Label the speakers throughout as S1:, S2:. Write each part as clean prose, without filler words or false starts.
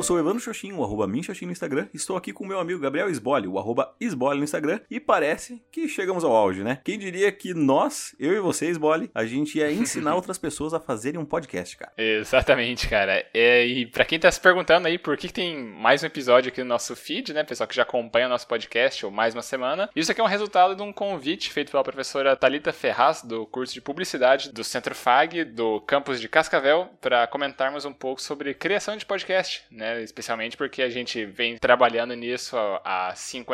S1: sou o Evandro Xoxin, o @minxoxin no Instagram. Estou aqui com o meu amigo Gabriel Sboli, o @Sboli no Instagram. E parece que chegamos ao auge, né? Quem diria que nós, eu e você, Sboli, a gente ia ensinar outras pessoas a fazerem um podcast, cara.
S2: Exatamente, cara. E pra quem tá se perguntando aí por que tem mais um episódio aqui no nosso feed, né? Pessoal que já acompanha o nosso podcast ou mais uma semana. Isso aqui é um resultado de um convite feito pela professora Thalita Ferraz, do curso de Publicidade do Centro FAG, do campus de Cascavel, para comentarmos um pouco sobre criação de podcast, né? Especialmente porque a gente vem trabalhando nisso há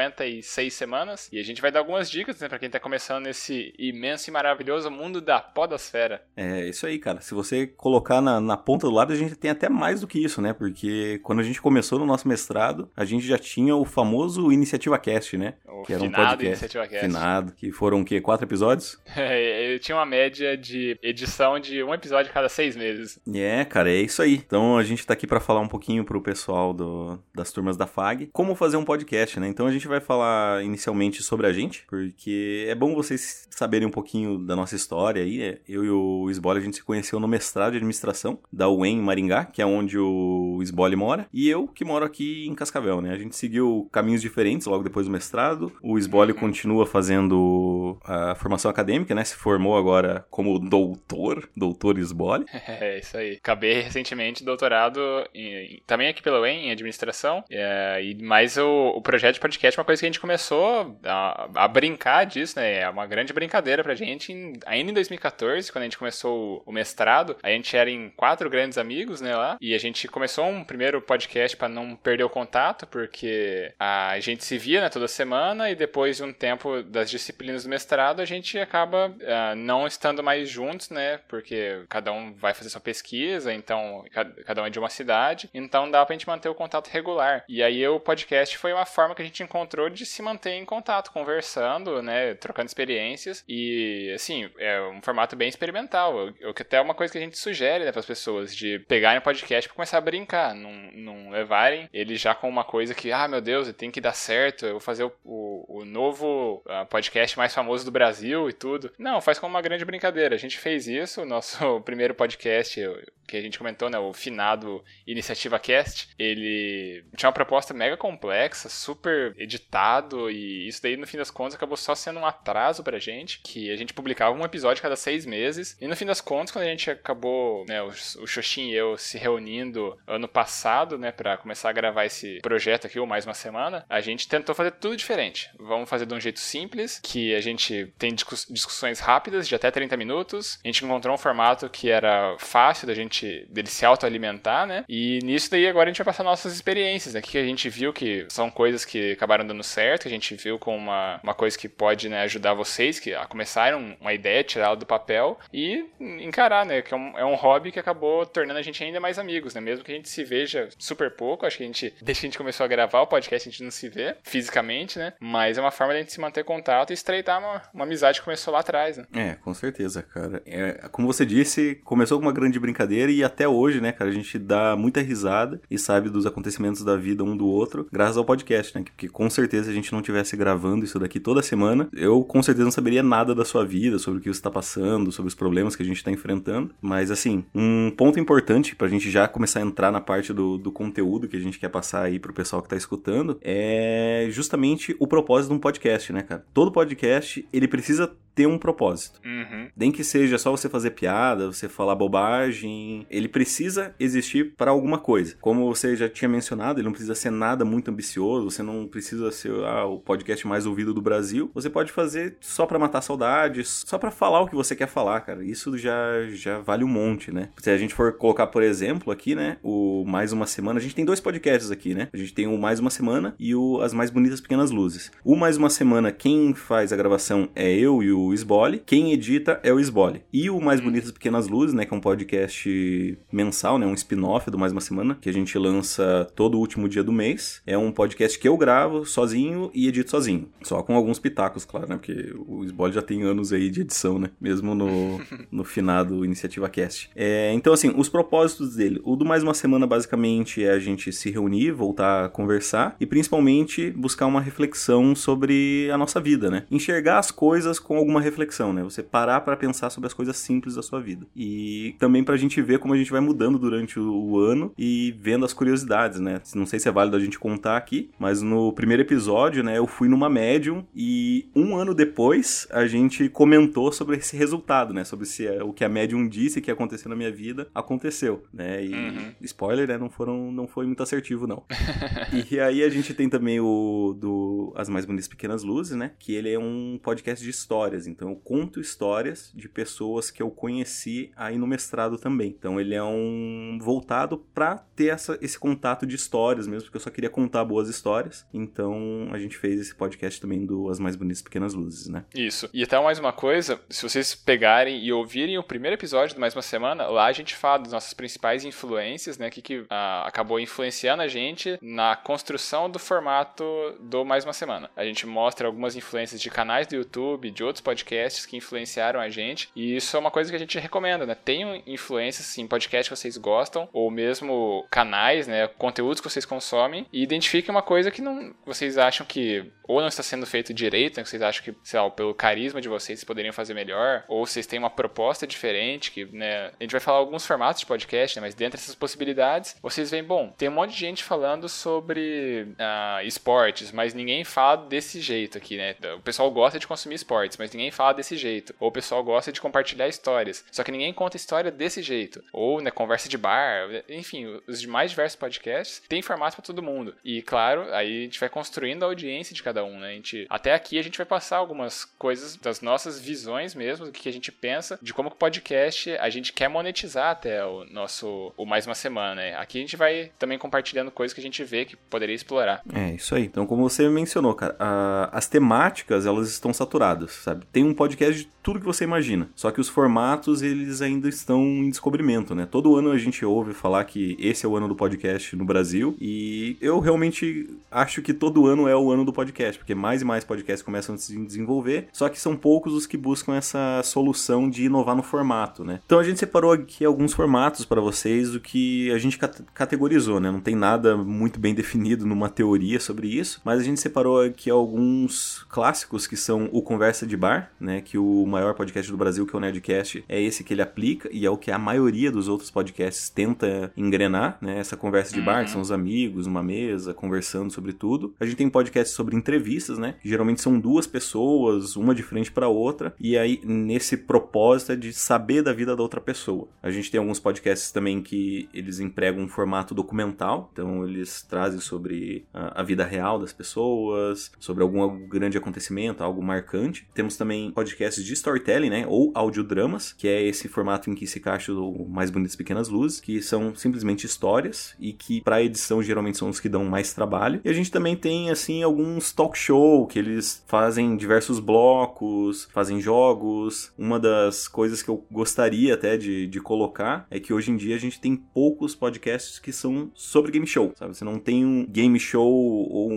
S2: 56 semanas e a gente vai dar algumas dicas, né, para quem tá começando nesse imenso e maravilhoso mundo da podosfera.
S1: É isso aí, cara. Se você colocar na ponta do lápis, a gente tem até mais do que isso, né? Porque quando a gente começou no nosso mestrado, a gente já tinha o famoso Iniciativa Cast, né?
S2: O
S1: que era um
S2: finado
S1: podcast.
S2: Iniciativa Cast.
S1: Finado, que foram o quê? 4 episódios?
S2: Eu tinha uma média de edição de um episódio a cada 6 meses.
S1: É, cara, é isso aí. Então a gente tá aqui pra falar um pouquinho pro pessoal das turmas da FAG como fazer um podcast, né? Então a gente vai falar inicialmente sobre a gente, porque é bom vocês saberem um pouquinho da nossa história aí, né? Eu e o Sboli, a gente se conheceu no mestrado de administração da UEM em Maringá, que é onde o Sboli mora, e eu que moro aqui em Cascavel, né? A gente seguiu caminhos diferentes logo depois do mestrado. O Sboli continua fazendo a formação acadêmica, né? Se formou agora como doutor Sboli.
S2: É isso aí. Acabei recentemente doutorado também aqui pela UEM, em administração. Mas o projeto de podcast é uma coisa que a gente começou a brincar disso, né? É uma grande brincadeira pra gente. Ainda em 2014, quando a gente começou o mestrado, a gente era em 4 grandes amigos, né, lá. E a gente começou um primeiro podcast pra não perder o contato, porque a gente se via, né, toda semana, e depois de um tempo das disciplinas do mestrado, a gente acaba não estando mais juntos, né? Porque cada um vai fazer sua pesquisa, então cada um é de uma cidade, então dá pra gente manter o contato regular. E aí o podcast foi uma forma que a gente encontrou de se manter em contato, conversando, né, trocando experiências, e assim, é um formato bem experimental, que até é uma coisa que a gente sugere, né, pras pessoas, de pegarem o podcast pra começar a brincar, não levarem ele já com uma coisa que, meu Deus, tem que dar certo, eu vou fazer o novo podcast mais famoso do Brasil e tudo. Não, faz como uma grande brincadeira. A gente fez isso, o nosso primeiro podcast que a gente comentou, né, o finado Iniciativa Cast, ele tinha uma proposta mega complexa, super editado, e isso daí, no fim das contas, acabou só sendo um atraso pra gente, que a gente publicava um episódio cada 6 meses, e no fim das contas, quando a gente acabou, né, o Xoxin e eu se reunindo ano passado, né, pra começar a gravar esse projeto aqui, ou mais uma semana, a gente tentou fazer tudo diferente. Vamos fazer de um jeito simples, que a gente tem discussões rápidas, de até 30 minutos, a gente encontrou um formato que era fácil dele se autoalimentar, né? E nisso daí agora a gente vai passar nossas experiências, né? Que a gente viu que são coisas que acabaram dando certo, que a gente viu com uma coisa que pode, né, ajudar vocês a começarem uma ideia, tirá-la do papel e encarar, né? Que é um hobby que acabou tornando a gente ainda mais amigos, né? Mesmo que a gente se veja super pouco, acho que desde que a gente começou a gravar o podcast, a gente não se vê fisicamente, né? Mas é uma forma de a gente se manter contato e estreitar uma amizade que começou lá atrás, né?
S1: É, com certeza, cara. Como você disse, começou com uma grande brincadeira e até hoje, né, cara, a gente dá muita risada e sabe dos acontecimentos da vida um do outro, graças ao podcast, né? Porque com certeza se a gente não tivesse gravando isso daqui toda semana, eu com certeza não saberia nada da sua vida, sobre o que você tá passando, sobre os problemas que a gente tá enfrentando. Mas, assim, um ponto importante pra gente já começar a entrar na parte do conteúdo que a gente quer passar aí pro pessoal que tá escutando é justamente o propósito de um podcast, né, cara? Todo podcast, ele precisa ter um propósito. Nem que seja só você fazer piada, você falar bobagem, ele precisa existir para alguma coisa. Como você já tinha mencionado, ele não precisa ser nada muito ambicioso, você não precisa ser o podcast mais ouvido do Brasil, você pode fazer só para matar saudades, só para falar o que você quer falar, cara. Isso já vale um monte, né? Se a gente for colocar, por exemplo, aqui, né, o Mais Uma Semana, a gente tem 2 podcasts aqui, né? A gente tem o Mais Uma Semana e o As Mais Bonitas Pequenas Luzes. O Mais Uma Semana, quem faz a gravação é eu e o Sboli, quem edita é o Sboli. E o Mais Bonitas Pequenas Luzes, né, que é um podcast mensal, né, um spin-off do Mais Uma Semana, que a gente lança todo o último dia do mês. É um podcast que eu gravo sozinho e edito sozinho. Só com alguns pitacos, claro, né, porque o Sboli já tem anos aí de edição, né, mesmo no finado Iniciativa Cast. Então, assim, os propósitos dele. O do Mais Uma Semana, basicamente, é a gente se reunir, voltar a conversar e, principalmente, buscar uma reflexão sobre a nossa vida, né. Enxergar as coisas com algum alguma reflexão, né? Você parar pra pensar sobre as coisas simples da sua vida. E também pra gente ver como a gente vai mudando durante o ano e vendo as curiosidades, né? Não sei se é válido a gente contar aqui, mas no primeiro episódio, né, eu fui numa médium e um ano depois a gente comentou sobre esse resultado, né? Sobre se o que a médium disse que aconteceu na minha vida, aconteceu, né? E spoiler, né? Não foi muito assertivo, não. E aí a gente tem também o do As Mais Bonitas Pequenas Luzes, né? Que ele é um podcast de histórias. Então eu conto histórias de pessoas que eu conheci aí no mestrado também. Então ele é um voltado pra ter esse contato de histórias mesmo, porque eu só queria contar boas histórias. Então a gente fez esse podcast também do As Mais Bonitas Pequenas Luzes, né?
S2: Isso. E até mais uma coisa, se vocês pegarem e ouvirem o primeiro episódio do Mais Uma Semana, lá a gente fala das nossas principais influências, né? Que acabou influenciando a gente na construção do formato do Mais Uma Semana. A gente mostra algumas influências de canais do YouTube, de outros podcasts que influenciaram a gente, e isso é uma coisa que a gente recomenda, né? Tenham influências em podcasts que vocês gostam, ou mesmo canais, né? Conteúdos que vocês consomem, e identifiquem uma coisa que vocês acham que ou não está sendo feito direito, né? Que vocês acham que, sei lá, pelo carisma de vocês poderiam fazer melhor, ou vocês têm uma proposta diferente, que, né? A gente vai falar alguns formatos de podcast, né? Mas dentro dessas possibilidades, vocês veem, bom, tem um monte de gente falando sobre esportes, mas ninguém fala desse jeito aqui, né? O pessoal gosta de consumir esportes, mas ninguém fala desse jeito. Ou o pessoal gosta de compartilhar histórias, só que ninguém conta história desse jeito. Ou, né, conversa de bar, enfim, os mais diversos podcasts tem formato para todo mundo. E, claro, aí a gente vai construindo a audiência de cada um, né? Até aqui a gente vai passar algumas coisas das nossas visões mesmo, do que a gente pensa, de como que o podcast a gente quer monetizar até o Mais Uma Semana, né? Aqui a gente vai também compartilhando coisas que a gente vê que poderia explorar.
S1: É, isso aí. Então, como você mencionou, cara, as temáticas, elas estão saturadas, sabe? Tem um podcast de tudo que você imagina. Só que os formatos, eles ainda estão em descobrimento, né? Todo ano a gente ouve falar que esse é o ano do podcast no Brasil, e eu realmente acho que todo ano é o ano do podcast, porque mais e mais podcasts começam a se desenvolver, só que são poucos os que buscam essa solução de inovar no formato, né? Então a gente separou aqui alguns formatos para vocês, do que a gente categorizou, né? Não tem nada muito bem definido numa teoria sobre isso, mas a gente separou aqui alguns clássicos que são o Conversa de Bar, né? Que o maior podcast do Brasil, que é o Nerdcast, é esse que ele aplica, e é o que a maioria dos outros podcasts tenta engrenar, né? Essa conversa de bar, que são os amigos, numa mesa, conversando sobre tudo. A gente tem podcast sobre entrevistas, né? Geralmente são duas pessoas, uma de frente para outra, e aí nesse propósito é de saber da vida da outra pessoa. A gente tem alguns podcasts também que eles empregam um formato documental, então eles trazem sobre a vida real das pessoas, sobre algum grande acontecimento, algo marcante. Temos também podcasts de storytelling, né? Ou audiodramas, que é esse formato em que se encaixa o Mais Bonitas Pequenas Luzes, que são simplesmente histórias e que para edição geralmente são os que dão mais trabalho. E a gente também tem, assim, alguns talk show que eles fazem diversos blocos, fazem jogos. Uma das coisas que eu gostaria até de colocar é que hoje em dia a gente tem poucos podcasts que são sobre game show, sabe? Você não tem um game show ou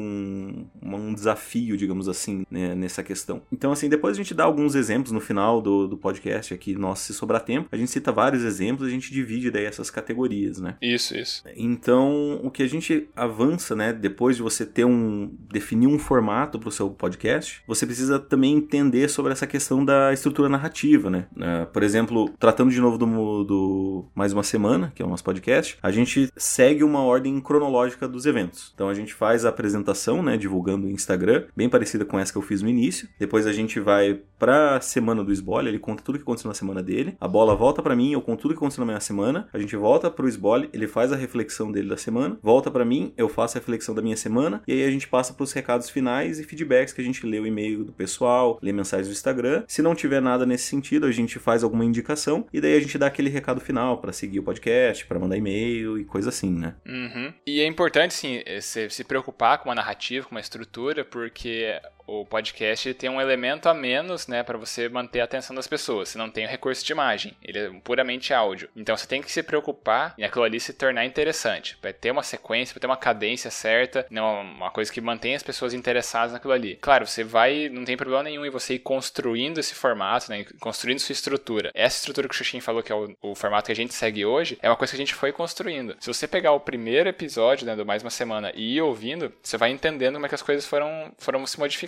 S1: um desafio, digamos assim, né, nessa questão. Então, assim, depois a gente dá alguns exemplos no final do podcast aqui, nossa, se sobrar tempo, a gente cita vários exemplos, a gente divide daí essas categorias, né?
S2: Isso.
S1: Então, o que a gente avança, né, depois de você definir um formato para o seu podcast, você precisa também entender sobre essa questão da estrutura narrativa, né? Por exemplo, tratando de novo do Mais Uma Semana, que é o nosso podcast, a gente segue uma ordem cronológica dos eventos. Então, a gente faz a apresentação, né, divulgando o Instagram, bem parecida com essa que eu fiz no início. Depois a gente vai pra semana do Sbole, ele conta tudo que aconteceu na semana dele. A bola volta pra mim, eu conto tudo que aconteceu na minha semana. A gente volta pro Sbole, ele faz a reflexão dele da semana. Volta pra mim, eu faço a reflexão da minha semana. E aí a gente passa pros recados finais e feedbacks, que a gente lê o e-mail do pessoal, lê mensagens do Instagram. Se não tiver nada nesse sentido, a gente faz alguma indicação. E daí a gente dá aquele recado final pra seguir o podcast, pra mandar e-mail e coisa assim, né?
S2: E é importante, sim, se preocupar com uma narrativa, com uma estrutura, porque o podcast tem um elemento a menos, né, para você manter a atenção das pessoas. Você não tem o recurso de imagem, ele é puramente áudio. Então você tem que se preocupar em aquilo ali se tornar interessante, para ter uma sequência, para ter uma cadência certa, não uma coisa que mantenha as pessoas interessadas naquilo ali. Claro, não tem problema nenhum em você ir construindo esse formato, né, construindo sua estrutura. Essa estrutura que o Xuxin falou, que é o formato que a gente segue hoje, é uma coisa que a gente foi construindo. Se você pegar o primeiro episódio, né, do Mais Uma Semana e ir ouvindo, você vai entendendo como é que as coisas foram se modificando.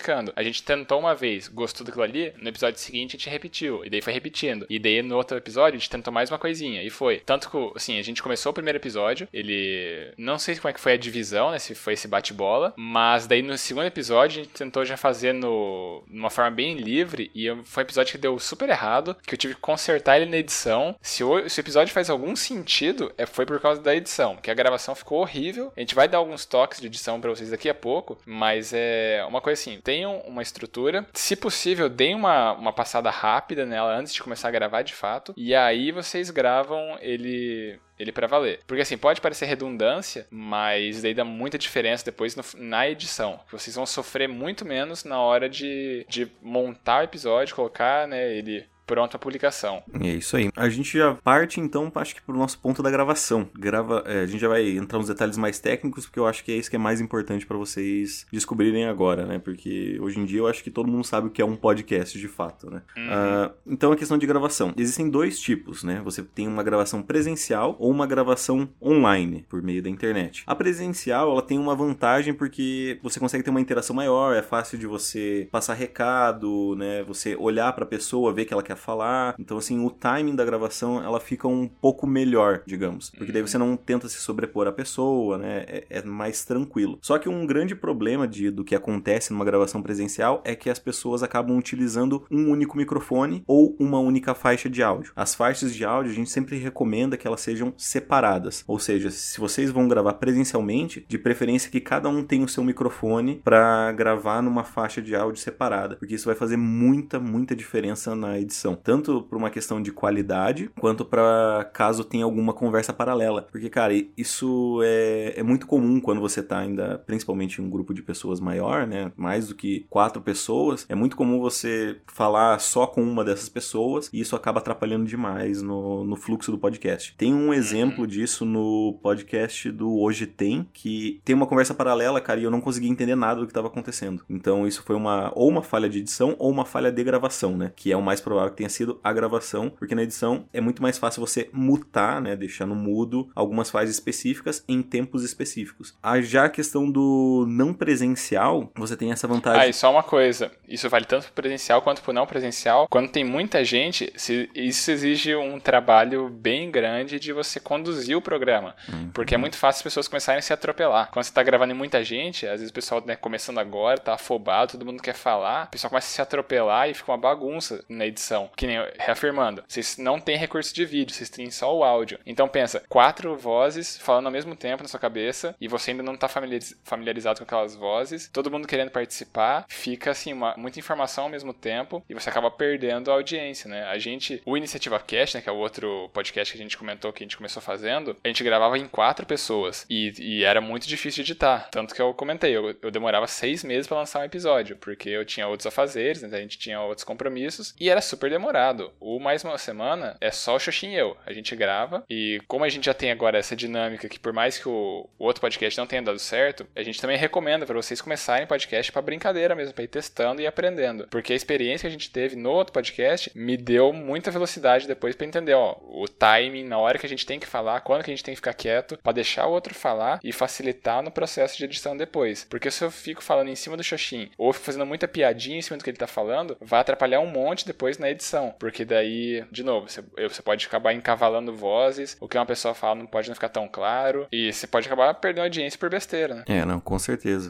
S2: aplicando. A gente tentou uma vez, gostou daquilo ali, no episódio seguinte a gente repetiu, e daí foi repetindo. E daí no outro episódio a gente tentou mais uma coisinha, e foi. Tanto que, assim, a gente começou o primeiro episódio, ele... Não sei como é que foi a divisão, né, se foi esse bate-bola, mas daí no segundo episódio a gente tentou já fazer numa forma bem livre, e foi um episódio que deu super errado, que eu tive que consertar ele na edição. Se o episódio faz algum sentido, foi por causa da edição, que a gravação ficou horrível. A gente vai dar alguns toques de edição pra vocês daqui a pouco, mas é uma coisa assim, tenham uma estrutura, se possível, deem uma passada rápida nela antes de começar a gravar de fato, e aí vocês gravam ele pra valer. Porque assim, pode parecer redundância, mas daí dá muita diferença depois na edição. Vocês vão sofrer muito menos na hora de montar o episódio, colocar, né, ele pronto a publicação.
S1: É isso aí. A gente já parte, então, acho que pro nosso ponto da gravação. A gente já vai entrar nos detalhes mais técnicos, porque eu acho que é isso que é mais importante para vocês descobrirem agora, né? Porque hoje em dia eu acho que todo mundo sabe o que é um podcast, de fato, né? Então, a questão de gravação. Existem dois tipos, né? Você tem uma gravação presencial ou uma gravação online, por meio da internet. A presencial, ela tem uma vantagem porque você consegue ter uma interação maior, é fácil de você passar recado, né? Você olhar pra pessoa, ver que ela quer falar. Então, assim, o timing da gravação, ela fica um pouco melhor, digamos. Porque daí você não tenta se sobrepor à pessoa, né? É mais tranquilo. Só que um grande problema do que acontece numa gravação presencial é que as pessoas acabam utilizando um único microfone ou uma única faixa de áudio. As faixas de áudio, a gente sempre recomenda que elas sejam separadas. Ou seja, se vocês vão gravar presencialmente, de preferência que cada um tenha o seu microfone para gravar numa faixa de áudio separada. Porque isso vai fazer muita, muita diferença na edição. Tanto por uma questão de qualidade, quanto para caso tenha alguma conversa paralela. Porque, cara, isso é muito comum quando você tá ainda, principalmente em um grupo de pessoas maior, né? Mais do que 4 pessoas. É muito comum você falar só com uma dessas pessoas e isso acaba atrapalhando demais no fluxo do podcast. Tem um exemplo disso no podcast do Hoje Tem, que tem uma conversa paralela, cara, e eu não consegui entender nada do que estava acontecendo. Então isso foi ou uma falha de edição ou uma falha de gravação, né? Que é o mais provável que tenha sido a gravação, porque na edição é muito mais fácil você mutar, né, deixar no mudo algumas fases específicas em tempos específicos. Já a questão do não presencial, você tem essa vantagem.
S2: E só uma coisa, isso vale tanto pro presencial quanto pro não presencial. Quando tem muita gente, isso exige um trabalho bem grande de você conduzir o programa, porque é muito fácil as pessoas começarem a se atropelar. Quando você tá gravando em muita gente, às vezes o pessoal, né, começando agora, tá afobado, todo mundo quer falar, o pessoal começa a se atropelar e fica uma bagunça na edição. Que nem reafirmando, vocês não têm recurso de vídeo, vocês têm só o áudio. Então pensa, 4 vozes falando ao mesmo tempo na sua cabeça e você ainda não tá familiarizado com aquelas vozes, todo mundo querendo participar, fica assim, muita informação ao mesmo tempo e você acaba perdendo a audiência, né? O Iniciativa Cast, né, que é o outro podcast que a gente comentou, que a gente começou fazendo, a gente gravava em 4 pessoas e era muito difícil de editar. Tanto que eu comentei, eu demorava 6 meses pra lançar um episódio, porque eu tinha outros afazeres, né, a gente tinha outros compromissos e era super demorado. O Mais Uma Semana é só o Xoxin e eu. A gente grava e como a gente já tem agora essa dinâmica que por mais que o outro podcast não tenha dado certo, a gente também recomenda pra vocês começarem podcast pra brincadeira mesmo, pra ir testando e aprendendo. Porque a experiência que a gente teve no outro podcast me deu muita velocidade depois pra entender, o timing, na hora que a gente tem que falar, quando que a gente tem que ficar quieto, pra deixar o outro falar e facilitar no processo de edição depois. Porque se eu fico falando em cima do Xoxin ou fico fazendo muita piadinha em cima do que ele tá falando, vai atrapalhar um monte depois na edição. Porque daí, de novo, você pode acabar encavalando vozes, o que uma pessoa fala não pode não ficar tão claro, e você pode acabar perdendo audiência por besteira, né?
S1: Não, com certeza.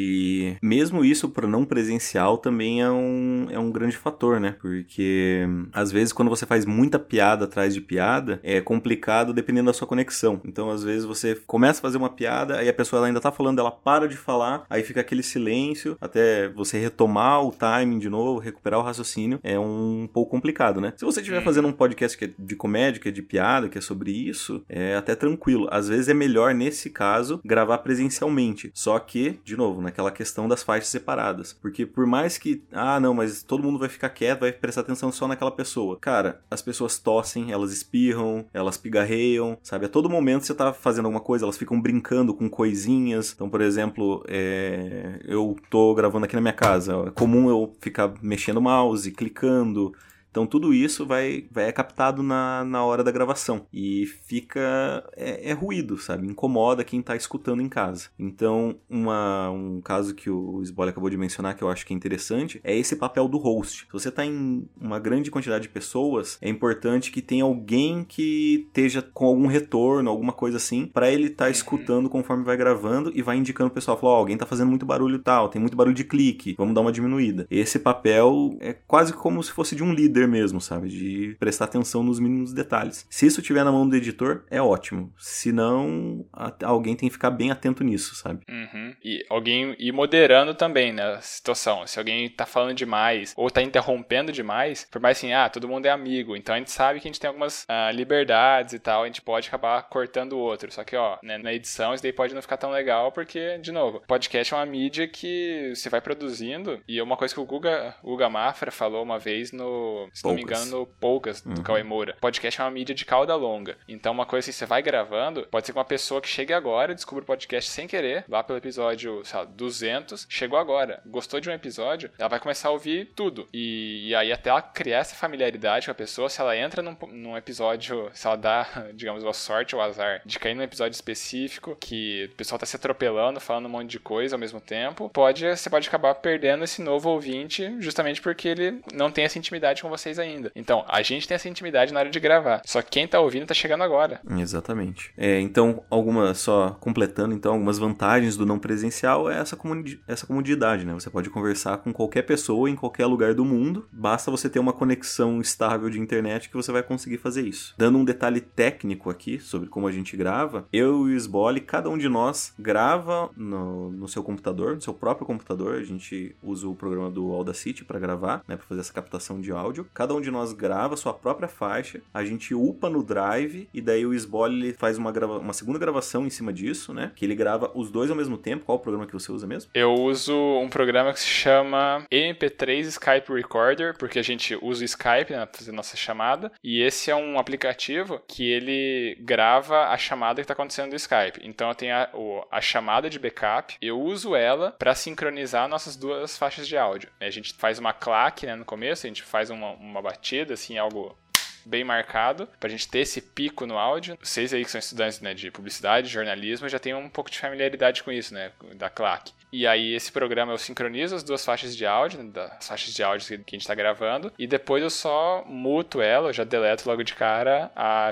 S1: E mesmo isso para não presencial também é um grande fator, né? Porque às vezes quando você faz muita piada atrás de piada, é complicado dependendo da sua conexão. Então às vezes você começa a fazer uma piada, aí a pessoa ela ainda tá falando, ela para de falar, aí fica aquele silêncio, até você retomar o timing de novo, recuperar o raciocínio, é um pouco complicado, né? Se você estiver fazendo um podcast que é de comédia, que é de piada, que é sobre isso, é até tranquilo. Às vezes é melhor, nesse caso, gravar presencialmente. Só que, de novo, naquela questão das faixas separadas. Porque por mais que, não, mas todo mundo vai ficar quieto, vai prestar atenção só naquela pessoa. Cara, as pessoas tossem, elas espirram, elas pigarreiam, sabe? A todo momento você tá fazendo alguma coisa, elas ficam brincando com coisinhas. Então, por exemplo, eu tô gravando aqui na minha casa. É comum eu ficar mexendo o mouse, clicando. Então tudo isso vai captado na hora da gravação. E fica... É ruído, sabe? Incomoda quem tá escutando em casa. Então, um caso que o Sboly acabou de mencionar, que eu acho que é interessante, é esse papel do host. Se você tá em uma grande quantidade de pessoas, é importante que tenha alguém que esteja com algum retorno, alguma coisa assim, pra ele tá escutando conforme vai gravando e vai indicando o pessoal, falou, alguém tá fazendo muito barulho tal, tem muito barulho de clique, vamos dar uma diminuída. Esse papel é quase como se fosse de um líder mesmo, sabe? De prestar atenção nos mínimos detalhes. Se isso tiver na mão do editor, é ótimo. Se não, alguém tem que ficar bem atento nisso, sabe?
S2: E alguém ir moderando também, né, a situação. Se alguém tá falando demais ou tá interrompendo demais, por mais assim, todo mundo é amigo, então a gente sabe que a gente tem algumas liberdades e tal, a gente pode acabar cortando o outro. Só que, né, na edição isso daí pode não ficar tão legal, porque, de novo, podcast é uma mídia que você vai produzindo, e é uma coisa que o Guga Mafra falou uma vez se não me engano, no Poucas, do Cauê Moura. Podcast é uma mídia de cauda longa. Então, uma coisa assim, você vai gravando, pode ser que uma pessoa que chegue agora, descubra o podcast sem querer, lá pelo episódio, sei lá, 200, chegou agora, gostou de um episódio, ela vai começar a ouvir tudo. E aí, até ela criar essa familiaridade com a pessoa, se ela entra num episódio, se ela dá, digamos, a sorte ou o azar de cair num episódio específico, que o pessoal tá se atropelando, falando um monte de coisa ao mesmo tempo, você pode acabar perdendo esse novo ouvinte, justamente porque ele não tem essa intimidade com vocês ainda. Então, a gente tem essa intimidade na hora de gravar. Só que quem tá ouvindo tá chegando agora.
S1: Exatamente. Então, só completando, então, algumas vantagens do não presencial é essa comodidade, né? Você pode conversar com qualquer pessoa em qualquer lugar do mundo, basta você ter uma conexão estável de internet que você vai conseguir fazer isso. Dando um detalhe técnico aqui sobre como a gente grava, eu e o Sboly, cada um de nós grava no seu computador, no seu próprio computador. A gente usa o programa do Audacity para gravar, né, para fazer essa captação de áudio. Cada um de nós grava a sua própria faixa, a gente upa no Drive e daí o Sboly faz uma segunda gravação em cima disso, né, que ele grava os dois ao mesmo tempo. Qual o programa que você usa mesmo?
S2: Eu uso um programa que se chama MP3 Skype Recorder, porque a gente usa o Skype, né, para fazer nossa chamada, e esse é um aplicativo que ele grava a chamada que está acontecendo do Skype. Então eu tenho a chamada de backup, eu uso ela para sincronizar nossas duas faixas de áudio. A gente faz uma claque, né, no começo, a gente faz uma batida, assim, algo bem marcado, pra gente ter esse pico no áudio. Vocês aí que são estudantes, né, de publicidade, jornalismo, já tem um pouco de familiaridade com isso, né, da claque. E aí esse programa eu sincronizo as duas faixas de áudio, né, das faixas de áudio que a gente tá gravando, e depois eu só muto ela, eu já deleto logo de cara a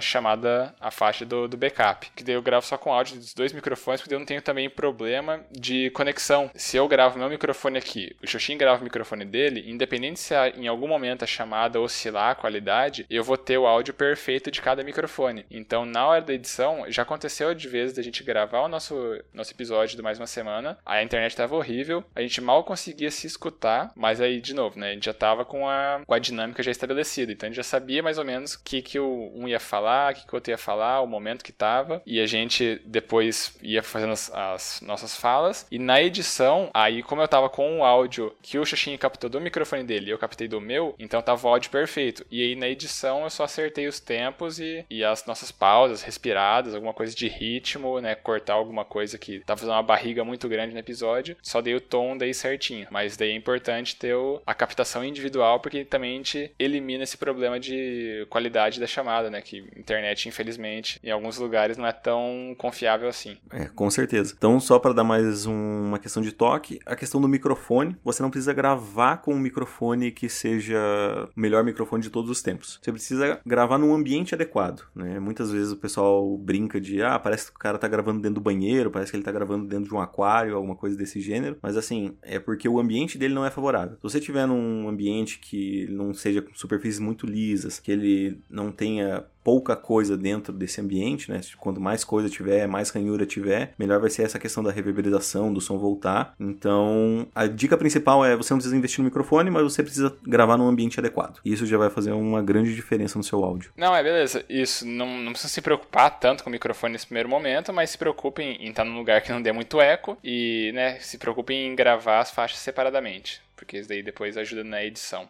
S2: faixa do backup, que daí eu gravo só com áudio dos dois microfones, porque daí eu não tenho também problema de conexão. Se eu gravo meu microfone aqui, o Xoxin grava o microfone dele, independente se em algum momento a chamada oscilar a qualidade, eu vou ter o áudio perfeito de cada microfone. Então, na hora da edição, já aconteceu de vez da gente gravar o nosso episódio do Mais Uma Semana, aí a internet tava horrível, a gente mal conseguia se escutar, mas aí, de novo, né, a gente já tava com a dinâmica já estabelecida, então a gente já sabia mais ou menos o que um ia falar, o que o outro ia falar, o momento que tava, e a gente depois ia fazendo as nossas falas, e na edição, aí como eu tava com o áudio que o Xoxin captou do microfone dele e eu captei do meu, então tava o áudio perfeito, e aí na edição eu só acertei os tempos e as nossas pausas, respiradas, alguma coisa de ritmo, né, cortar alguma coisa que tava fazendo uma barriga muito grande no episódio, só dei o tom daí certinho, mas daí é importante ter a captação individual, porque também a gente elimina esse problema de qualidade da chamada, né, que a internet, infelizmente, em alguns lugares não é tão confiável assim.
S1: Com certeza. Então, só para dar mais uma questão de toque, a questão do microfone, você não precisa gravar com um microfone que seja o melhor microfone de todos os tempos. Você precisa gravar num ambiente adequado, né? Muitas vezes o pessoal brinca de, parece que o cara tá gravando dentro do banheiro, parece que ele tá gravando dentro de um aquário, alguma coisa desse gênero, mas assim, é porque o ambiente dele não é favorável. Se você tiver num ambiente que não seja com superfícies muito lisas, que ele não tenha pouca coisa dentro desse ambiente, né? Quanto mais coisa tiver, mais ranhura tiver, melhor vai ser essa questão da reverberação, do som voltar. Então, a dica principal é você não precisa investir no microfone, mas você precisa gravar num ambiente adequado. Isso já vai fazer uma grande diferença no seu áudio.
S2: Não, beleza. Isso. Não precisa se preocupar tanto com o microfone nesse primeiro momento, mas se preocupem em estar num lugar que não dê muito eco e, né, se preocupem em gravar as faixas separadamente, porque isso daí depois ajuda na edição.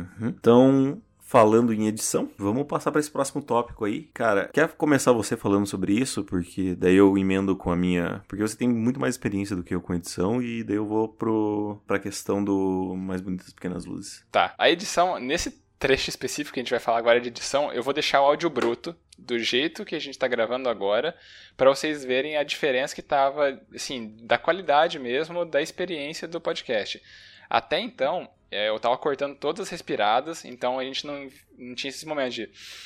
S1: Então, falando em edição, vamos passar para esse próximo tópico aí. Cara, quer começar você falando sobre isso? Porque daí eu emendo com a minha... Porque você tem muito mais experiência do que eu com edição, e daí eu vou pra questão do Mais Bonitas Pequenas Luzes.
S2: Tá. A edição, nesse trecho específico que a gente vai falar agora de edição, eu vou deixar o áudio bruto do jeito que a gente está gravando agora, para vocês verem a diferença que estava, assim, da qualidade mesmo, da experiência do podcast. Até então, eu estava cortando todas as respiradas, então a gente não tinha esses momentos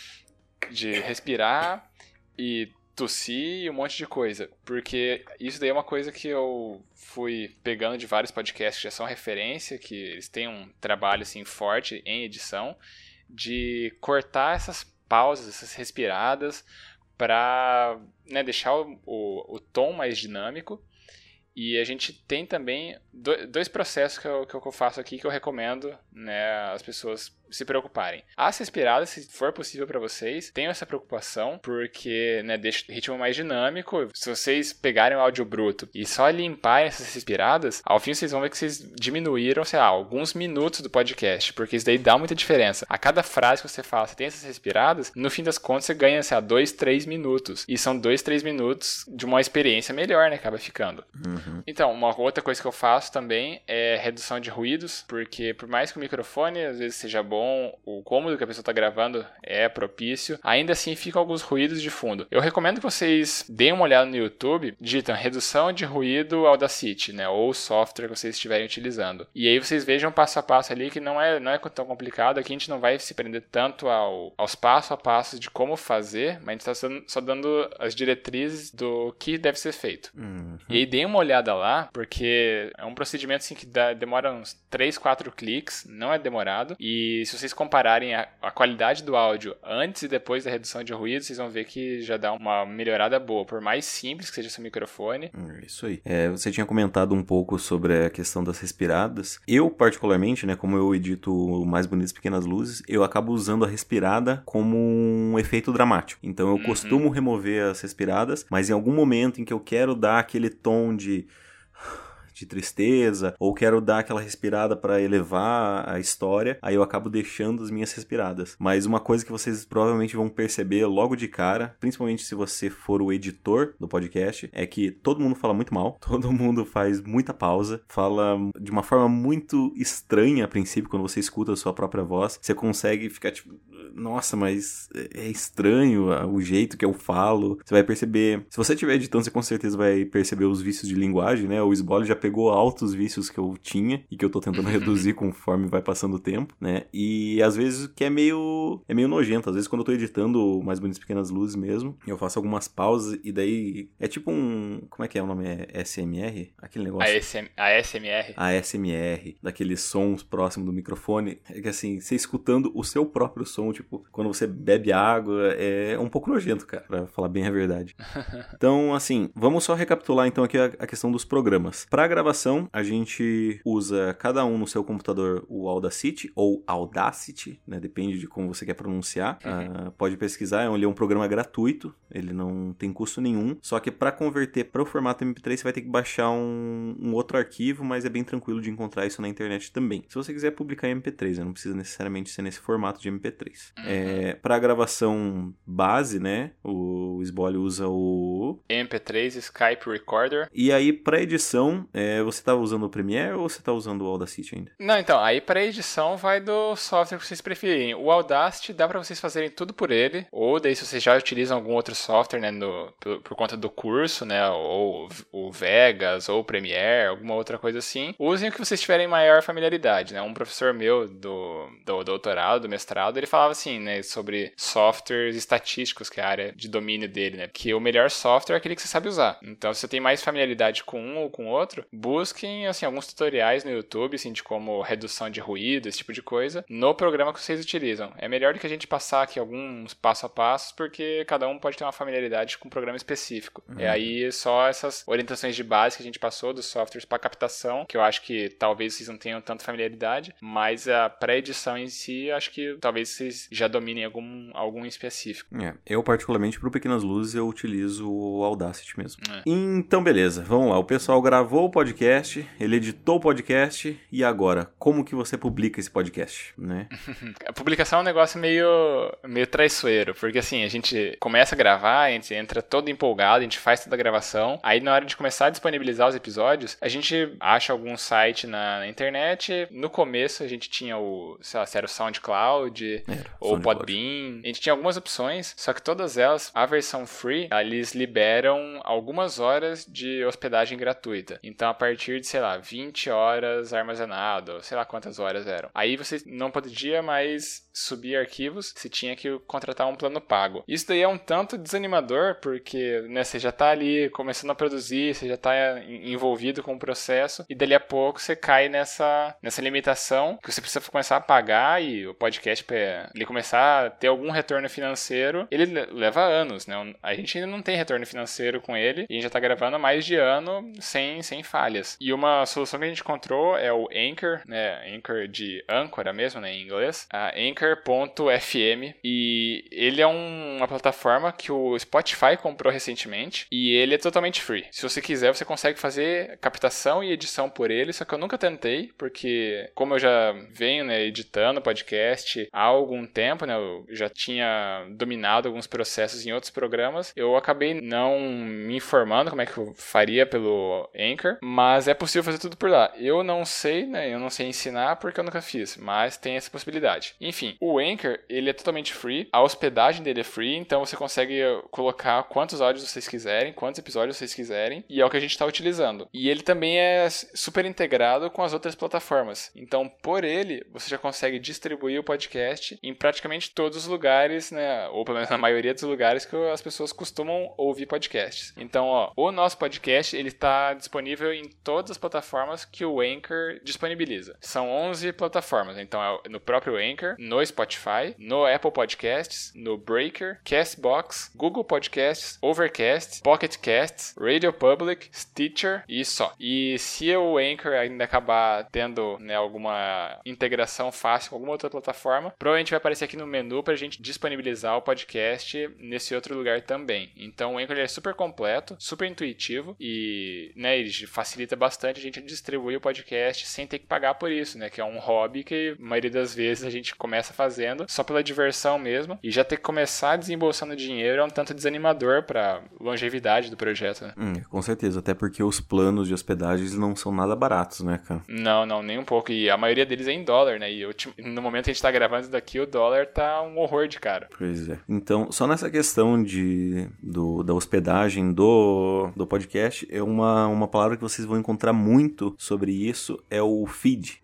S2: de respirar e tossir e um monte de coisa, porque isso daí é uma coisa que eu fui pegando de vários podcasts que já são referência, que eles têm um trabalho assim forte em edição, de cortar essas pausas, essas respiradas, para, né, deixar o tom mais dinâmico. E a gente tem também dois processos que eu faço aqui que eu recomendo, né, as pessoas se preocuparem. As respiradas, se for possível para vocês, tenham essa preocupação, porque, né, deixa o ritmo mais dinâmico. Se vocês pegarem o áudio bruto e só limparem essas respiradas, ao fim vocês vão ver que vocês diminuíram, sei lá, alguns minutos do podcast, porque isso daí dá muita diferença. A cada frase que você fala, você tem essas respiradas, no fim das contas você ganha, sei lá, 2, 3 minutos. E são 2, 3 minutos de uma experiência melhor, né, acaba ficando. Então, uma outra coisa que eu faço também é redução de ruídos, porque por mais que o microfone às vezes seja bom, o cômodo que a pessoa está gravando é propício, ainda assim ficam alguns ruídos de fundo. Eu recomendo que vocês deem uma olhada no YouTube, digitam redução de ruído Audacity, né, ou o software que vocês estiverem utilizando. E aí vocês vejam passo a passo ali, que não é tão complicado. Aqui a gente não vai se prender tanto aos passo a passo de como fazer, mas a gente está só dando as diretrizes do que deve ser feito. E aí deem uma olhada lá, porque é um procedimento assim, que demora uns 3, 4 cliques, não é demorado, e se vocês compararem a qualidade do áudio antes e depois da redução de ruído, vocês vão ver que já dá uma melhorada boa, por mais simples que seja seu microfone.
S1: Isso aí. Você tinha comentado um pouco sobre a questão das respiradas. Eu, particularmente, né, como eu edito Mais Bonitas Pequenas Luzes, eu acabo usando a respirada como um efeito dramático. Então eu costumo remover as respiradas, mas em algum momento em que eu quero dar aquele tom de tristeza, ou quero dar aquela respirada para elevar a história, aí eu acabo deixando as minhas respiradas. Mas uma coisa que vocês provavelmente vão perceber logo de cara, principalmente se você for o editor do podcast, é que todo mundo fala muito mal, todo mundo faz muita pausa, fala de uma forma muito estranha a princípio, quando você escuta a sua própria voz, você consegue ficar tipo, nossa, mas é estranho o jeito que eu falo. Você vai perceber, se você estiver editando, você com certeza vai perceber os vícios de linguagem, né? O Sboly já pegou altos vícios que eu tinha e que eu tô tentando reduzir conforme vai passando o tempo, né? E às vezes que é meio nojento. Às vezes quando eu tô editando Mais Bonitas Pequenas Luzes mesmo, eu faço algumas pausas e daí é tipo um... Como é que é o nome? É SMR? Aquele negócio...
S2: ASMR.
S1: ASMR. Daqueles sons próximos do microfone. É que assim, você escutando o seu próprio som, tipo, quando você bebe água, é um pouco nojento, cara, pra falar bem a verdade. Então, assim, vamos só recapitular então aqui a questão dos programas. Pra gravação, a gente usa cada um no seu computador o Audacity, ou Audacity, né? Depende de como você quer pronunciar. Pode pesquisar, ele é um programa gratuito, ele não tem custo nenhum. Só que para converter para o formato MP3, você vai ter que baixar um outro arquivo, mas é bem tranquilo de encontrar isso na internet também. Se você quiser publicar em MP3, né? Não precisa necessariamente ser nesse formato de MP3. Para a gravação base, né? O Sboly usa o...
S2: MP3 Skype Recorder.
S1: E aí, para edição, você tá usando o Premiere ou você tá usando o Audacity ainda?
S2: Não, então, aí para edição vai do software que vocês preferirem. O Audacity dá para vocês fazerem tudo por ele, ou daí se vocês já utilizam algum outro software, né, por conta do curso, né, ou o Vegas, ou o Premiere, alguma outra coisa assim, usem o que vocês tiverem maior familiaridade, né. Um professor meu do doutorado, do mestrado, ele falava assim, né, sobre softwares estatísticos, que é a área de domínio dele, né, que o melhor software é aquele que você sabe usar. Então, se você tem mais familiaridade com um ou com outro, busquem, assim, alguns tutoriais no YouTube, assim, de como redução de ruído, esse tipo de coisa, no programa que vocês utilizam. É melhor do que a gente passar aqui alguns passo a passo, porque cada um pode ter uma familiaridade com um programa específico. E aí, só essas orientações de base que a gente passou dos softwares para captação, que eu acho que talvez vocês não tenham tanta familiaridade, mas a pré-edição em si, acho que talvez vocês já dominem algum específico.
S1: Eu, particularmente, para Pequenas Luzes, eu utilizo o Audacity mesmo. Então, beleza. Vamos lá. O pessoal gravou o podcast, ele editou o podcast, e agora? Como que você publica esse podcast, né?
S2: A publicação é um negócio meio traiçoeiro, porque assim, a gente começa a gravar, a gente entra todo empolgado, a gente faz toda a gravação, aí na hora de começar a disponibilizar os episódios, a gente acha algum site na internet. No começo a gente tinha sei lá, se era o SoundCloud ou o Podbean, a gente tinha algumas opções, só que todas elas, a versão free, eles liberam algumas horas de hospedagem gratuita. Então a partir de, sei lá, 20 horas armazenado, sei lá quantas horas eram. Aí você não podia mais subir arquivos, você tinha que contratar um plano pago. Isso daí é um tanto desanimador, porque, né, você já tá ali começando a produzir, você já tá envolvido com o processo, e dali a pouco você cai nessa limitação que você precisa começar a pagar, e o podcast, para ele começar a ter algum retorno financeiro, ele leva anos, né? A gente ainda não tem retorno financeiro com ele, e a gente já tá gravando há mais de ano sem falhas. E uma solução que a gente encontrou é o Anchor, né? Anchor de âncora mesmo, né, em inglês. A Anchor.fm, e ele é uma plataforma que o Spotify comprou recentemente, e ele é totalmente free. Se você quiser, você consegue fazer captação e edição por ele, só que eu nunca tentei, porque como eu já venho, né, editando podcast há algum tempo, né, eu já tinha dominado alguns processos em outros programas, eu acabei não me informando como é que eu faria pelo Anchor, mas é possível fazer tudo por lá. Eu não sei, né, eu não sei ensinar porque eu nunca fiz, mas tem essa possibilidade. Enfim, o Anchor, ele é totalmente free, a hospedagem dele é free, então você consegue colocar quantos áudios vocês quiserem, quantos episódios vocês quiserem, e é o que a gente está utilizando. E ele também é super integrado com as outras plataformas. Então, por ele, você já consegue distribuir o podcast em praticamente todos os lugares, né, ou pelo menos na maioria dos lugares que as pessoas costumam ouvir podcasts. Então, o nosso podcast, ele está disponível em todas as plataformas que o Anchor disponibiliza. São 11 plataformas, então é no próprio Anchor, no Spotify, no Apple Podcasts, no Breaker, Castbox, Google Podcasts, Overcast, Pocket Casts, Radio Public, Stitcher e só. E se o Anchor ainda acabar tendo, né, alguma integração fácil com alguma outra plataforma, provavelmente vai aparecer aqui no menu para a gente disponibilizar o podcast nesse outro lugar também. Então o Anchor é super completo, super intuitivo e, né, ele facilita bastante a gente distribuir o podcast sem ter que pagar por isso, né, que é um hobby que a maioria das vezes a gente começa fazendo só pela diversão mesmo, e já ter que começar desembolsando dinheiro é um tanto desanimador para longevidade do projeto, né?
S1: Com certeza, até porque os planos de hospedagens não são nada baratos, né, cara?
S2: Não, nem um pouco, e a maioria deles é em dólar, né, e no momento que a gente tá gravando isso daqui, o dólar tá um horror de caro.
S1: Pois é. Então, só nessa questão da hospedagem do podcast, é uma palavra que vocês vão encontrar muito sobre isso, é o feed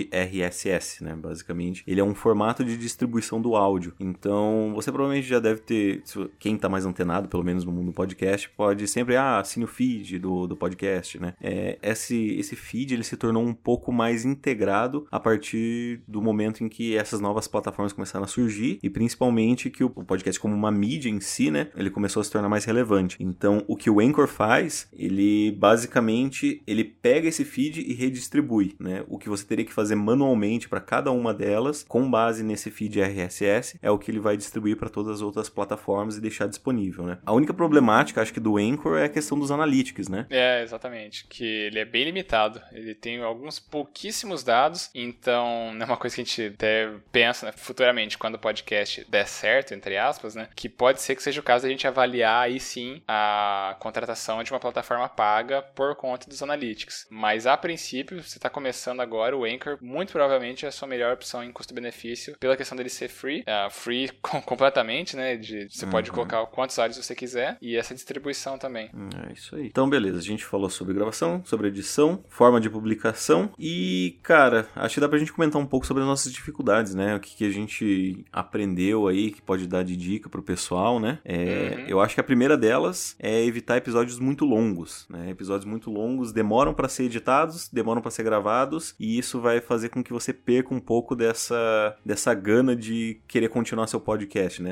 S1: RSS, né, basicamente. Ele é um formato de distribuição do áudio. Então, você provavelmente já deve ter, quem tá mais antenado, pelo menos no mundo do podcast, pode sempre, assine o feed do podcast, né? Esse feed, ele se tornou um pouco mais integrado a partir do momento em que essas novas plataformas começaram a surgir, e principalmente que o podcast como uma mídia em si, né, ele começou a se tornar mais relevante. Então, o que o Anchor faz, ele basicamente, ele pega esse feed e redistribui, né? O que você teria que fazer manualmente para cada uma delas, com base nesse feed RSS, é o que ele vai distribuir para todas as outras plataformas e deixar disponível, né? A única problemática, acho que do Anchor, é a questão dos analytics, né?
S2: Exatamente, que ele é bem limitado, ele tem alguns pouquíssimos dados, então é uma coisa que a gente até pensa, né, futuramente, quando o podcast der certo, entre aspas, né, que pode ser que seja o caso da gente avaliar aí sim a contratação de uma plataforma paga por conta dos analytics, mas a princípio, você está começando agora, o Anchor muito provavelmente é a sua melhor opção em custo-benefício, pela questão dele ser free completamente, né, você pode colocar quantos áudios você quiser, e essa distribuição também.
S1: É isso aí. Então, beleza, a gente falou sobre gravação, sobre edição, forma de publicação, e, cara, acho que dá pra gente comentar um pouco sobre as nossas dificuldades, né, o que a gente aprendeu aí, que pode dar de dica pro pessoal, né. Eu acho que a primeira delas é evitar episódios muito longos, né, episódios muito longos demoram pra ser editados, demoram pra ser gravados, e isso vai fazer com que você perca um pouco dessa gana de querer continuar seu podcast, né. Então,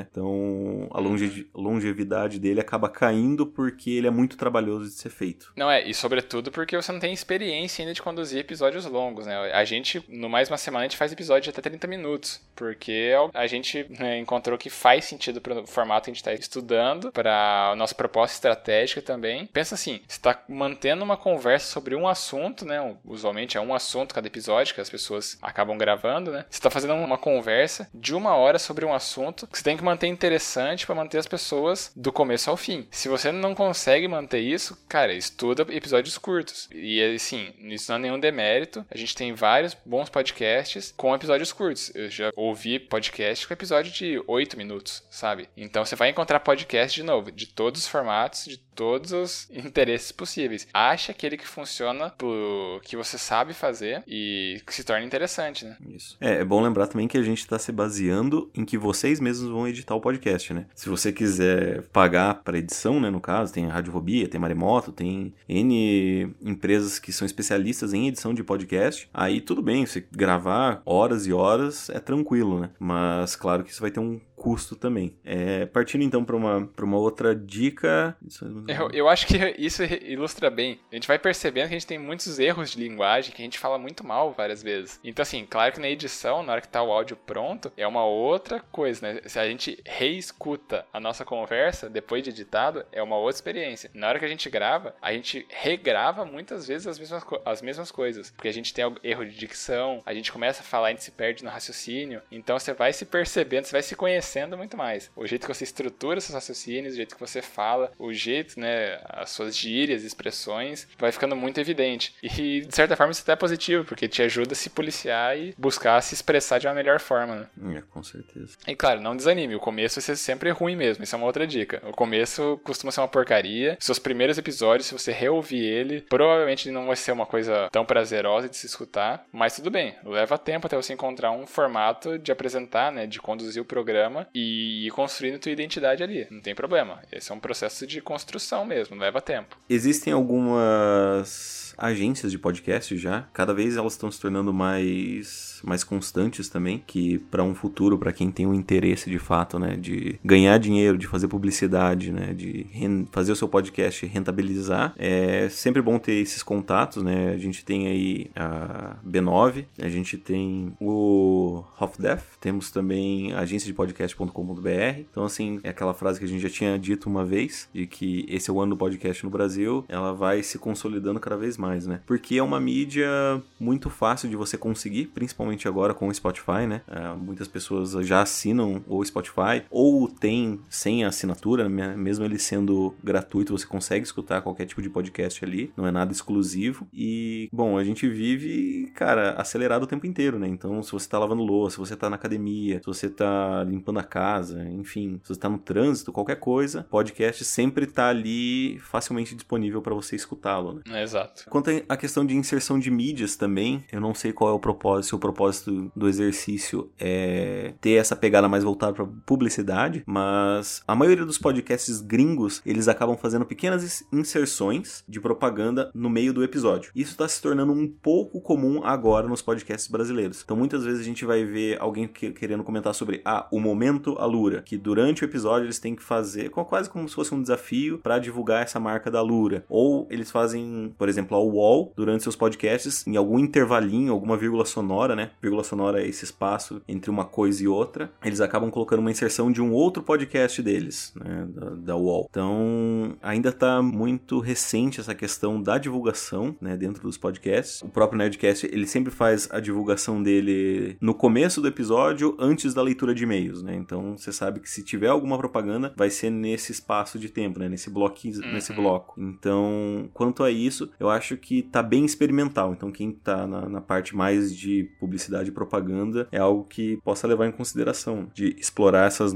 S1: Então, a longevidade dele acaba caindo porque ele é muito trabalhoso de ser feito.
S2: Não e sobretudo porque você não tem experiência ainda de conduzir episódios longos, né? A gente, no Mais Uma Semana, a gente faz episódio de até 30 minutos, porque a gente encontrou que faz sentido para o formato que a gente está estudando, para a nossa proposta estratégica também. Pensa assim, você está mantendo uma conversa sobre um assunto, né? Usualmente é um assunto cada episódio que as pessoas acabam gravando, né? Você está fazendo uma conversa de 1 hora sobre um assunto que você tem que manter interessante para manter as pessoas do começo ao fim. Se você não consegue manter isso, cara, estuda episódios curtos. E assim, isso não é nenhum demérito. A gente tem vários bons podcasts com episódios curtos. Eu já ouvi podcast com episódio de 8 minutos, sabe? Então você vai encontrar podcast de novo, de todos os formatos, de todos os interesses possíveis. Acha aquele que funciona pro que você sabe fazer e que se torna interessante, né?
S1: Isso. É bom lembrar também que a gente está se baseando em que vocês mesmos vão editar o podcast, né? Se você quiser pagar para edição, né, no caso, tem a Radiofobia, tem Maremoto, tem N empresas que são especialistas em edição de podcast, aí tudo bem, você gravar horas e horas é tranquilo, né? Mas claro que isso vai ter um custo também. Partindo então para uma outra dica.
S2: Eu acho que isso ilustra bem. A gente vai percebendo que a gente tem muitos erros de linguagem, que a gente fala muito mal várias vezes. Então, assim, claro que na edição, na hora que tá o áudio pronto, é uma outra coisa, né? Se a gente reescuta a nossa conversa depois de editado, é uma outra experiência. Na hora que a gente grava, a gente regrava muitas vezes as mesmas coisas. Porque a gente tem erro de dicção, a gente começa a falar, a gente se perde no raciocínio. Então, você vai se percebendo, você vai se conhecendo muito mais. O jeito que você estrutura seus raciocínios, o jeito que você fala, o jeito, né, as suas gírias, expressões, vai ficando muito evidente. E, de certa forma, isso até é positivo, porque te ajuda a se policiar e buscar se expressar de uma melhor forma, né?
S1: Com certeza.
S2: E, claro, não desanime. O começo vai ser sempre ruim mesmo. Isso é uma outra dica. O começo costuma ser uma porcaria. Seus primeiros episódios, se você reouvir ele, provavelmente não vai ser uma coisa tão prazerosa de se escutar, mas tudo bem. Leva tempo até você encontrar um formato de apresentar, né, de conduzir o programa e ir construindo tua identidade ali. Não tem problema. Esse é um processo de construção mesmo, leva tempo.
S1: Existem algumas agências de podcast já. Cada vez elas estão se tornando mais constantes também, que para um futuro, para quem tem um interesse de fato, né, de ganhar dinheiro, de fazer publicidade, né, de fazer o seu podcast rentabilizar, é sempre bom ter esses contatos, né? A gente tem aí a B9, a gente tem o Hofdef, temos também a agência de podcast.com.br. Então, assim, é aquela frase que a gente já tinha dito uma vez, de que esse é o ano do podcast no Brasil, ela vai se consolidando cada vez mais, né? Porque é uma mídia muito fácil de você conseguir, principalmente agora com o Spotify, né? Muitas pessoas já assinam o Spotify, ou tem sem a assinatura, mesmo ele sendo gratuito, você consegue escutar qualquer tipo de podcast ali, não é nada exclusivo. E, bom, a gente vive, cara, acelerado o tempo inteiro, né? Então, se você tá lavando louça, se você tá na academia, se você tá limpando a casa, enfim, se você tá no trânsito, qualquer coisa, podcast sempre tá ali facilmente disponível para você escutá-lo, né?
S2: Exato.
S1: Quanto à questão de inserção de mídias também, eu não sei qual é o propósito, se o propósito do exercício é ter essa pegada mais voltada para publicidade, mas a maioria dos podcasts gringos, eles acabam fazendo pequenas inserções de propaganda no meio do episódio. Isso está se tornando um pouco comum agora nos podcasts brasileiros. Então muitas vezes a gente vai ver alguém querendo comentar sobre o momento Alura, que durante o episódio eles têm que fazer quase como se fosse um desafio para divulgar essa marca da Alura. Ou eles fazem, por exemplo, a UOL durante seus podcasts, em algum intervalinho, alguma vírgula sonora, né? Vírgula sonora é esse espaço entre uma coisa e outra. Eles acabam colocando uma inserção de um outro podcast deles, né? Da UOL. Então, ainda tá muito recente essa questão da divulgação, né? Dentro dos podcasts. O próprio Nerdcast, ele sempre faz a divulgação dele no começo do episódio, antes da leitura de e-mails, né? Então, você sabe que se tiver alguma propaganda, vai ser nesse espaço de tempo, né? Nesse bloquinho, nesse bloco. Então, quanto a isso, eu acho que tá bem experimental. Então, quem tá na parte mais de publicidade e propaganda é algo que possa levar em consideração, de explorar essas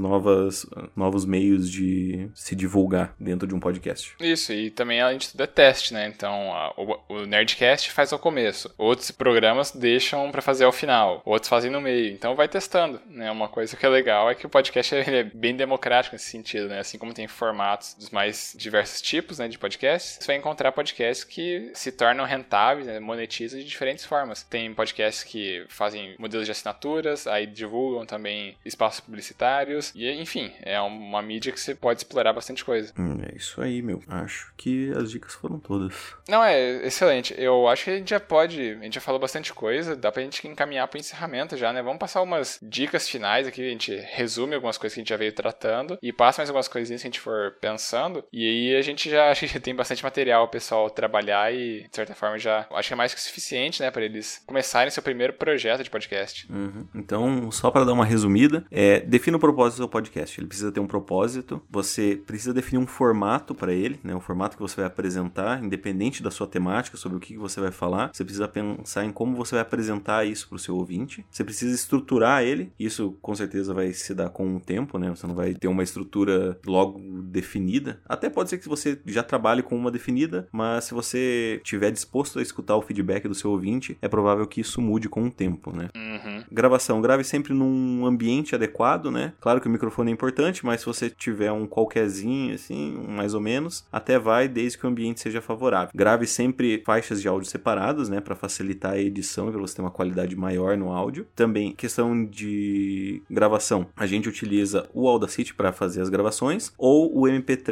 S1: novos meios de se divulgar dentro de um podcast.
S2: Isso, e também além de tudo é teste, né? Então, o Nerdcast faz ao começo, outros programas deixam pra fazer ao final, outros fazem no meio. Então, vai testando, né? Uma coisa que é legal é que o podcast é bem democrático nesse sentido, né? Assim como tem formatos dos mais diversos tipos, né, de podcasts, você vai encontrar podcasts que se se tornam rentáveis, né, monetizam de diferentes formas. Tem podcasts que fazem modelos de assinaturas, aí divulgam também espaços publicitários, e enfim, é uma mídia que você pode explorar bastante coisa.
S1: É isso aí, meu. Acho que as dicas foram todas.
S2: Não, é excelente. Eu acho que a gente já falou bastante coisa, dá pra gente encaminhar pro encerramento já, né? Vamos passar umas dicas finais aqui, a gente resume algumas coisas que a gente já veio tratando e passa mais algumas coisinhas que a gente for pensando, e aí a gente já acho que tem bastante material o pessoal trabalhar e, de certa forma, já acho que é mais que suficiente, né, pra eles começarem seu primeiro projeto de podcast.
S1: Então, só para dar uma resumida, defina o propósito do seu podcast. Ele precisa ter um propósito, você precisa definir um formato para ele, né, o formato que você vai apresentar, independente da sua temática, sobre o que você vai falar. Você precisa pensar em como você vai apresentar isso para o seu ouvinte. Você precisa estruturar ele. Isso, com certeza, vai se dar com o tempo, né? Você não vai ter uma estrutura logo definida. Até pode ser que você já trabalhe com uma definida, mas se você estiver disposto a escutar o feedback do seu ouvinte, é provável que isso mude com o tempo, né? Gravação. Grave sempre num ambiente adequado, né? Claro que o microfone é importante, mas se você tiver um qualquerzinho, assim, um mais ou menos, até vai, desde que o ambiente seja favorável. Grave sempre faixas de áudio separadas, né? Para facilitar a edição e para você ter uma qualidade maior no áudio. Também, questão de gravação. A gente utiliza o Audacity para fazer as gravações ou o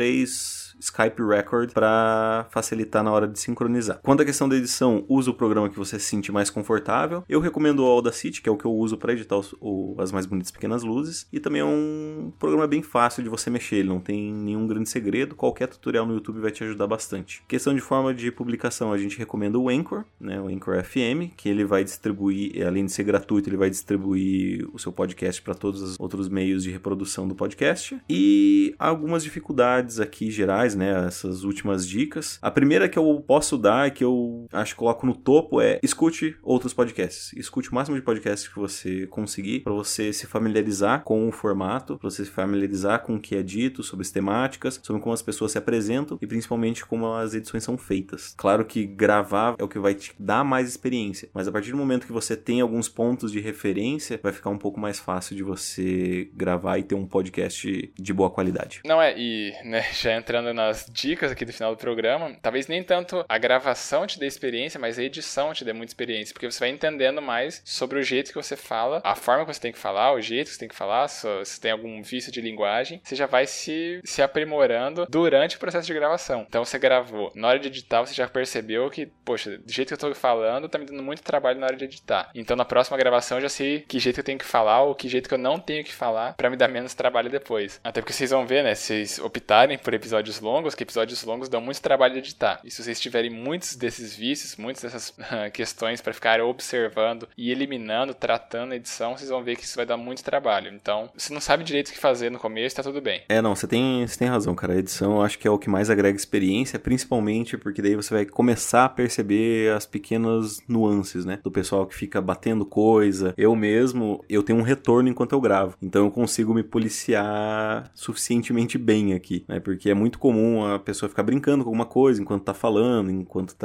S1: MP3 Skype Record para facilitar na hora de sincronizar. Quanto à questão da edição, usa o programa que você se sentir mais confortável. Eu recomendo o Audacity, que é o que eu uso para editar as mais bonitas pequenas luzes, e também é um programa bem fácil de você mexer, ele não tem nenhum grande segredo, qualquer tutorial no YouTube vai te ajudar bastante. Questão de forma de publicação, a gente recomenda o Anchor, né, o Anchor FM, que ele vai distribuir, além de ser gratuito, ele vai distribuir o seu podcast para todos os outros meios de reprodução do podcast. E algumas dificuldades aqui gerais, né, essas últimas dicas. A primeira que eu posso dar, que eu acho que coloco no topo, é escute outros podcasts. Escute o máximo de podcasts que você conseguir, para você se familiarizar com o formato, para você se familiarizar com o que é dito, sobre as temáticas, sobre como as pessoas se apresentam e principalmente como as edições são feitas. Claro que gravar é o que vai te dar mais experiência, mas a partir do momento que você tem alguns pontos de referência, vai ficar um pouco mais fácil de você gravar e ter um podcast de boa qualidade.
S2: Não e né, já entrando nas dicas aqui do final do programa, talvez nem tanto a gravação te dê experiência, mas a edição te dê muita experiência, porque você vai entendendo mais sobre o jeito que você fala, a forma que você tem que falar, o jeito que você tem que falar, se tem algum vício de linguagem, você já vai se aprimorando durante o processo de gravação. Então você gravou, na hora de editar você já percebeu que, poxa, do jeito que eu tô falando, tá me dando muito trabalho na hora de editar. Então na próxima gravação eu já sei que jeito eu tenho que falar ou que jeito que eu não tenho que falar pra me dar menos trabalho depois. Até porque vocês vão ver, né, se vocês optarem por episódios longos, que episódios longos dão muito trabalho de editar. E se vocês tiverem muitos desses vícios, muitas dessas questões para ficar observando e eliminando, tratando a edição, vocês vão ver que isso vai dar muito trabalho. Então, se não sabe direito o que fazer no começo, tá tudo bem.
S1: Você tem razão, cara. A edição eu acho que é o que mais agrega experiência, principalmente porque daí você vai começar a perceber as pequenas nuances, né? Do pessoal que fica batendo coisa. Eu tenho um retorno enquanto eu gravo. Então eu consigo me policiar suficientemente bem aqui, né? Porque é muito comum a pessoa ficar brincando com alguma coisa enquanto tá falando, enquanto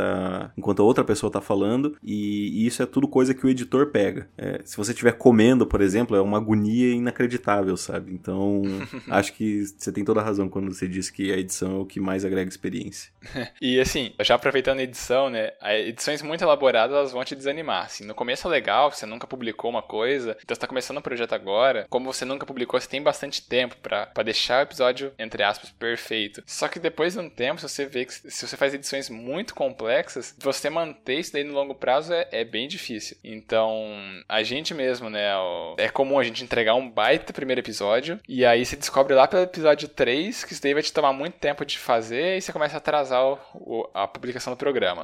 S1: a outra pessoa tá falando, e isso é tudo coisa que o editor pega. Se você estiver comendo, por exemplo, é uma agonia inacreditável, sabe? Então, acho que você tem toda a razão quando você diz que a edição é o que mais agrega experiência.
S2: E assim, já aproveitando a edição, né? Edições muito elaboradas, elas vão te desanimar. Assim, no começo é legal, você nunca publicou uma coisa, então você tá começando um projeto agora, como você nunca publicou, você tem bastante tempo pra deixar o episódio, entre aspas, perfeito. Só que depois de um tempo, se você vê que se você faz edições muito complexas, você manter isso daí no longo prazo é bem difícil. Então, a gente mesmo, né, é comum a gente entregar um baita primeiro episódio, e aí você descobre lá pelo episódio 3 que isso daí vai te tomar muito tempo de fazer, e você começa a atrasar a publicação do programa.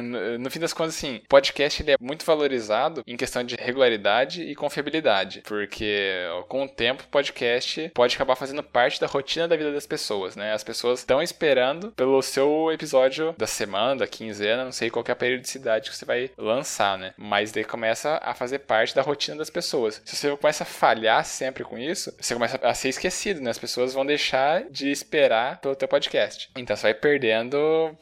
S2: No fim das contas, assim, podcast ele é muito valorizado em questão de regularidade e confiabilidade, porque com o tempo o podcast pode acabar fazendo parte da rotina da vida das pessoas, né? As pessoas estão esperando pelo seu episódio da semana, da quinzena, não sei qual que é a periodicidade que você vai lançar, né? Mas daí começa a fazer parte da rotina das pessoas. Se você começa a falhar sempre com isso, você começa a ser esquecido, né? As pessoas vão deixar de esperar pelo teu podcast. Então você vai perdendo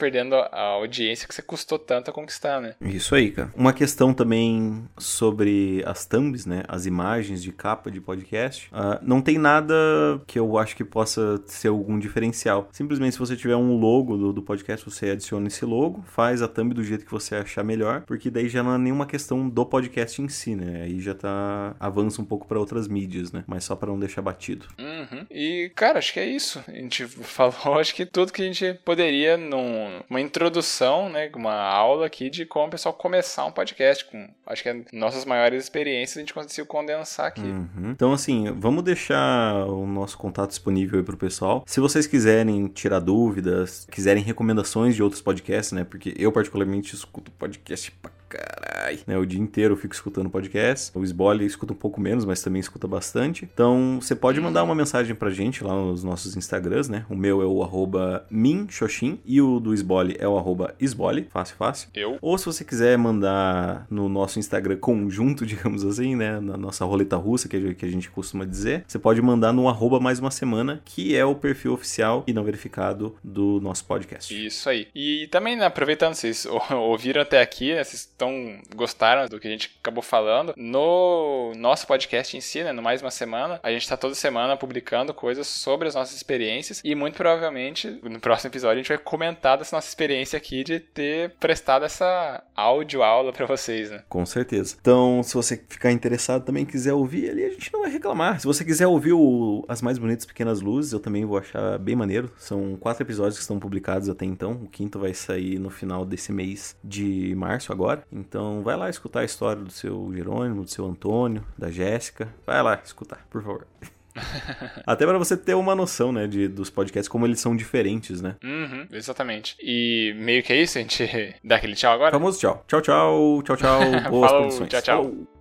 S2: a audiência que você custou tanto a conquistar, né?
S1: Isso aí, cara. Uma questão também sobre as thumbs, né? As imagens de capa de podcast. Não tem nada que eu acho que possa ser algum diferencial. Simplesmente, se você tiver um logo do podcast, você adiciona esse logo. logo, faz a thumb do jeito que você achar melhor, porque daí já não é nenhuma questão do podcast em si, né? Aí já avança um pouco pra outras mídias, né? Mas só pra não deixar batido.
S2: E, cara, acho que é isso. A gente falou, acho que tudo que a gente poderia numa introdução, né? Uma aula aqui de como o pessoal começar um podcast. Acho que nossas maiores experiências a gente conseguiu condensar aqui.
S1: Então, assim, vamos deixar o nosso contato disponível aí pro pessoal. Se vocês quiserem tirar dúvidas, quiserem recomendações de outros podcasts, né? Porque eu, particularmente, escuto podcast pra caralho, né? O dia inteiro eu fico escutando podcast. O Sbole escuta um pouco menos, mas também escuta bastante. Então, você pode mandar uma mensagem pra gente lá nos nossos Instagrams, né? O meu é o @minxoxin e o do Sbole é o @sbole. Fácil. Ou se você quiser mandar no nosso Instagram conjunto, digamos assim, né? Na nossa roleta russa, que a gente costuma dizer, você pode mandar no @mais-uma-semana, que é o perfil oficial e não verificado do nosso podcast.
S2: Isso aí. E também, né, aproveitando, vocês ouviram até aqui, né, vocês gostaram do que a gente acabou falando, no nosso podcast em si, né, no Mais Uma Semana, a gente tá toda semana publicando coisas sobre as nossas experiências e muito provavelmente no próximo episódio a gente vai comentar dessa nossa experiência aqui de ter prestado essa áudio-aula pra vocês, né?
S1: Com certeza. Então, se você ficar interessado também, quiser ouvir ali, a gente não vai reclamar. Se você quiser ouvir As Mais Bonitas Pequenas Luzes, eu também vou achar bem maneiro. São 4 episódios que estão publicados até então. O 5º vai sair no final desse mês de março agora. Então, vai lá escutar a história do seu Jerônimo, do seu Antônio, da Jéssica. Vai lá escutar, por favor. Até pra você ter uma noção, né, dos podcasts, como eles são diferentes, né?
S2: Exatamente. E meio que é isso, a gente dá aquele tchau agora?
S1: Famoso tchau. Tchau, boas
S2: Falou,
S1: condições.
S2: Tchau.